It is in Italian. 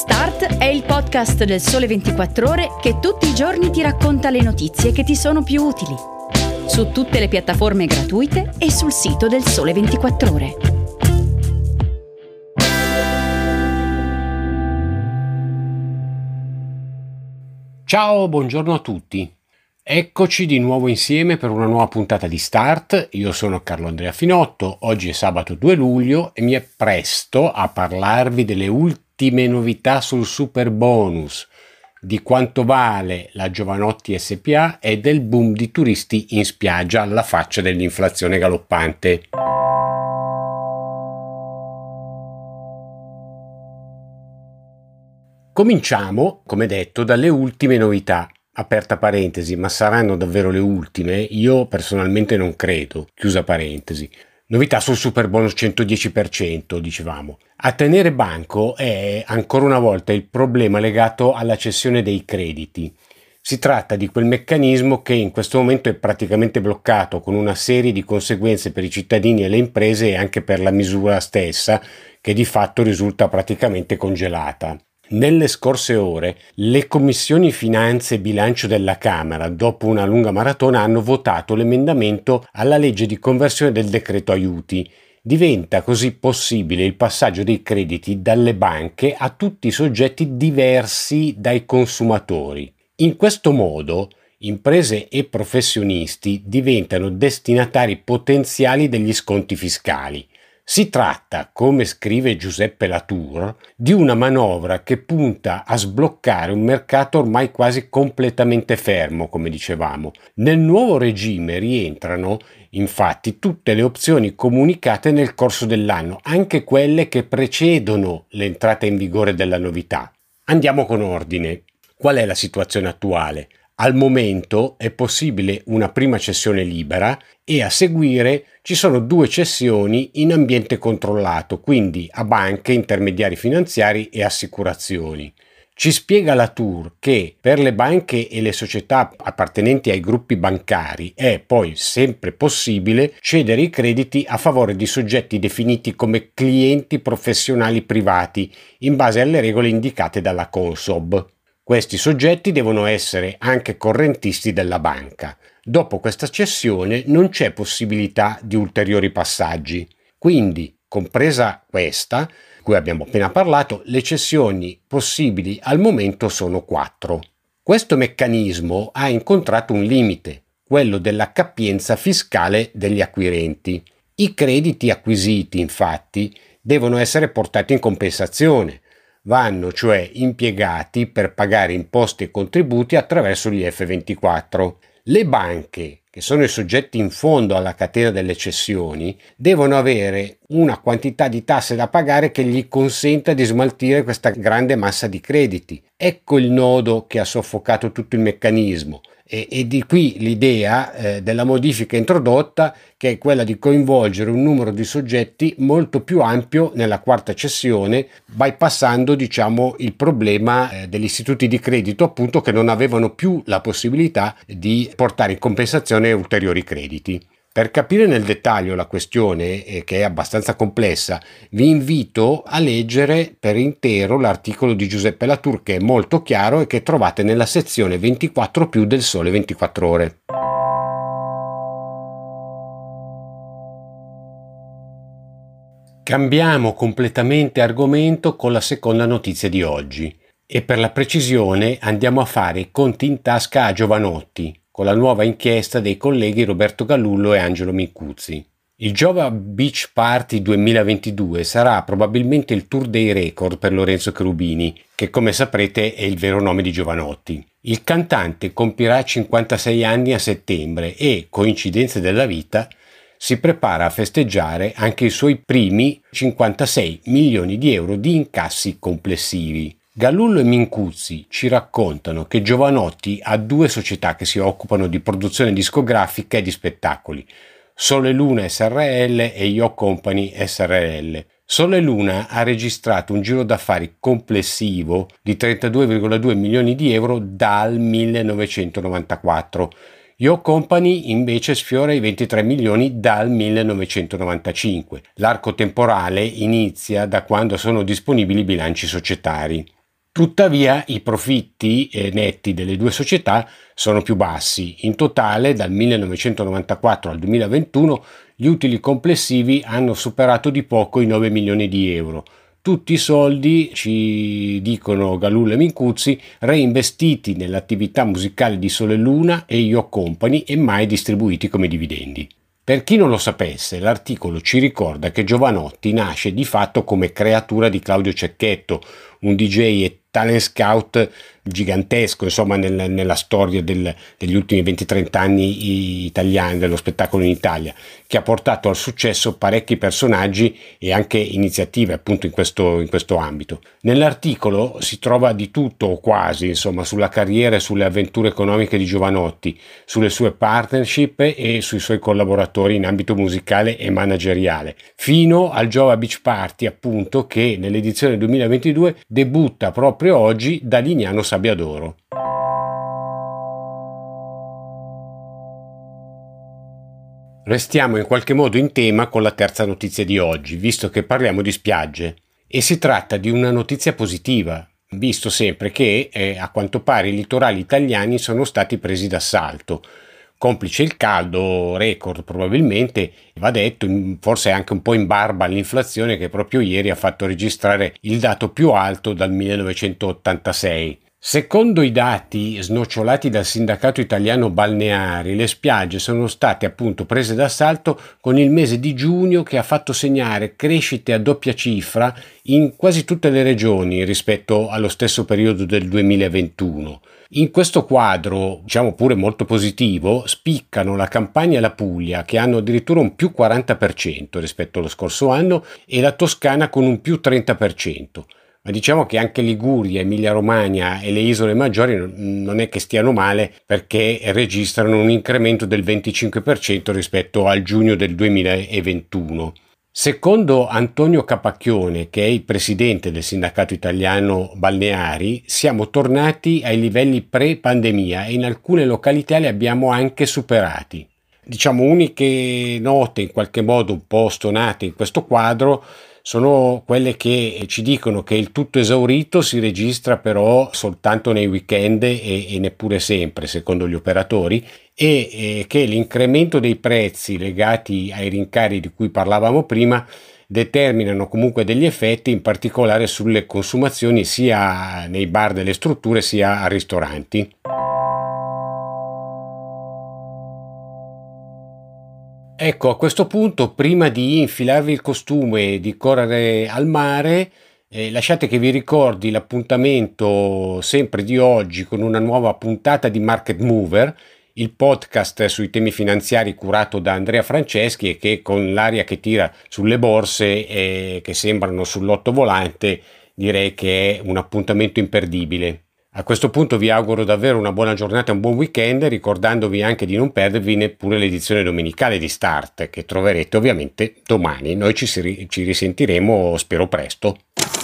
Start è il podcast del Sole 24 Ore che tutti i giorni ti racconta le notizie che ti sono più utili. Su tutte le piattaforme gratuite e sul sito del Sole 24 Ore. Ciao, buongiorno a tutti. Eccoci di nuovo insieme per una nuova puntata di Start. Io sono Carlo Andrea Finotto, oggi è sabato 2 luglio e mi appresto a parlarvi delle ultime novità sul Superbonus, di quanto vale la Giovanotti SpA e del boom di turisti in spiaggia alla faccia dell'inflazione galoppante. Cominciamo, come detto, dalle ultime novità. Aperta parentesi, ma saranno davvero le ultime? Io personalmente non credo, chiusa parentesi. Novità sul Superbonus 110%, dicevamo. A tenere banco è ancora una volta il problema legato alla cessione dei crediti. Si tratta di quel meccanismo che in questo momento è praticamente bloccato, con una serie di conseguenze per i cittadini e le imprese e anche per la misura stessa, che di fatto risulta praticamente congelata. Nelle scorse ore le commissioni finanze e bilancio della Camera, dopo una lunga maratona, hanno votato l'emendamento alla legge di conversione del decreto aiuti. Diventa così possibile il passaggio dei crediti dalle banche a tutti i soggetti diversi dai consumatori. In questo modo imprese e professionisti diventano destinatari potenziali degli sconti fiscali. Si tratta, come scrive Giuseppe Latour, di una manovra che punta a sbloccare un mercato ormai quasi completamente fermo, come dicevamo. Nel nuovo regime rientrano, infatti, tutte le opzioni comunicate nel corso dell'anno, anche quelle che precedono l'entrata in vigore della novità. Andiamo con ordine. Qual è la situazione attuale? Al momento è possibile una prima cessione libera e a seguire ci sono 2 cessioni in ambiente controllato, quindi a banche, intermediari finanziari e assicurazioni. Ci spiega Latour che per le banche e le società appartenenti ai gruppi bancari è poi sempre possibile cedere i crediti a favore di soggetti definiti come clienti professionali privati in base alle regole indicate dalla Consob. Questi soggetti devono essere anche correntisti della banca. Dopo questa cessione non c'è possibilità di ulteriori passaggi. Quindi, compresa questa, di cui abbiamo appena parlato, le cessioni possibili al momento sono 4. Questo meccanismo ha incontrato un limite, quello della capienza fiscale degli acquirenti. I crediti acquisiti, infatti, devono essere portati in compensazione. Vanno cioè impiegati per pagare imposte e contributi attraverso gli F24. Le banche, che sono i soggetti in fondo alla catena delle cessioni, devono avere una quantità di tasse da pagare che gli consenta di smaltire questa grande massa di crediti. Ecco il nodo che ha soffocato tutto il meccanismo. E di qui l'idea della modifica introdotta, che è quella di coinvolgere un numero di soggetti molto più ampio nella quarta cessione, bypassando il problema degli istituti di credito, appunto, che non avevano più la possibilità di portare in compensazione ulteriori crediti. Per capire nel dettaglio la questione, che è abbastanza complessa, vi invito a leggere per intero l'articolo di Giuseppe Latour, che è molto chiaro e che trovate nella sezione 24+ del Sole 24 Ore. Cambiamo completamente argomento con la seconda notizia di oggi e per la precisione andiamo a fare i conti in tasca a Giovanotti, con la nuova inchiesta dei colleghi Roberto Galullo e Angelo Mincuzzi. Il Giova Beach Party 2022 sarà probabilmente il tour dei record per Lorenzo Cherubini, che come saprete è il vero nome di Giovanotti. Il cantante compirà 56 anni a settembre e, coincidenze della vita, si prepara a festeggiare anche i suoi primi 56 milioni di euro di incassi complessivi. Galullo e Mincuzzi ci raccontano che Giovanotti ha 2 società che si occupano di produzione discografica e di spettacoli, Sole Luna SRL e Yo Company SRL. Sole Luna ha registrato un giro d'affari complessivo di 32,2 milioni di euro dal 1994. Yo Company invece sfiora i 23 milioni dal 1995. L'arco temporale inizia da quando sono disponibili i bilanci societari. Tuttavia i profitti netti delle due società sono più bassi. In totale dal 1994 al 2021 gli utili complessivi hanno superato di poco i 9 milioni di euro. Tutti i soldi, ci dicono Galullo e Mincuzzi, reinvestiti nell'attività musicale di Sole Luna e Io Company e mai distribuiti come dividendi. Per chi non lo sapesse, l'articolo ci ricorda che Jovanotti nasce di fatto come creatura di Claudio Cecchetto, un DJ e talent scout gigantesco, insomma, nella storia degli ultimi 20-30 anni italiani, dello spettacolo in Italia, che ha portato al successo parecchi personaggi e anche iniziative appunto in questo ambito. Nell'articolo si trova di tutto o quasi, insomma, sulla carriera e sulle avventure economiche di Jovanotti, sulle sue partnership e sui suoi collaboratori in ambito musicale e manageriale, fino al Jova Beach Party, appunto, che nell'edizione 2022 debutta proprio oggi da Lignano Sabbiadoro. Restiamo in qualche modo in tema con la terza notizia di oggi, visto che parliamo di spiagge. E si tratta di una notizia positiva, visto sempre che a quanto pare i litorali italiani sono stati presi d'assalto. Complice il caldo record probabilmente, va detto, forse anche un po' in barba all'inflazione che proprio ieri ha fatto registrare il dato più alto dal 1986. Secondo i dati snocciolati dal Sindacato Italiano Balneari, le spiagge sono state appunto prese d'assalto con il mese di giugno, che ha fatto segnare crescite a doppia cifra in quasi tutte le regioni rispetto allo stesso periodo del 2021. In questo quadro, diciamo pure molto positivo, spiccano la Campania e la Puglia, che hanno addirittura un più 40% rispetto allo scorso anno, e la Toscana con un più 30%. Ma diciamo che anche Liguria, Emilia-Romagna e le isole maggiori non è che stiano male, perché registrano un incremento del 25% rispetto al giugno del 2021. Secondo Antonio Capacchione, che è il presidente del Sindacato Italiano Balneari, siamo tornati ai livelli pre-pandemia e in alcune località li abbiamo anche superati. Diciamo, uniche note in qualche modo un po' stonate in questo quadro sono quelle che ci dicono che il tutto esaurito si registra però soltanto nei weekend e neppure sempre, secondo gli operatori, e che l'incremento dei prezzi legati ai rincari di cui parlavamo prima determinano comunque degli effetti, in particolare sulle consumazioni sia nei bar delle strutture sia a ristoranti. Ecco, a questo punto, prima di infilarvi il costume e di correre al mare, lasciate che vi ricordi l'appuntamento sempre di oggi con una nuova puntata di Market Mover, il podcast sui temi finanziari curato da Andrea Franceschi e che, con l'aria che tira sulle borse che sembrano sull'ottovolante, direi che è un appuntamento imperdibile. A questo punto vi auguro davvero una buona giornata e un buon weekend, ricordandovi anche di non perdervi neppure l'edizione domenicale di Start, che troverete ovviamente domani. Noi ci risentiremo, spero presto.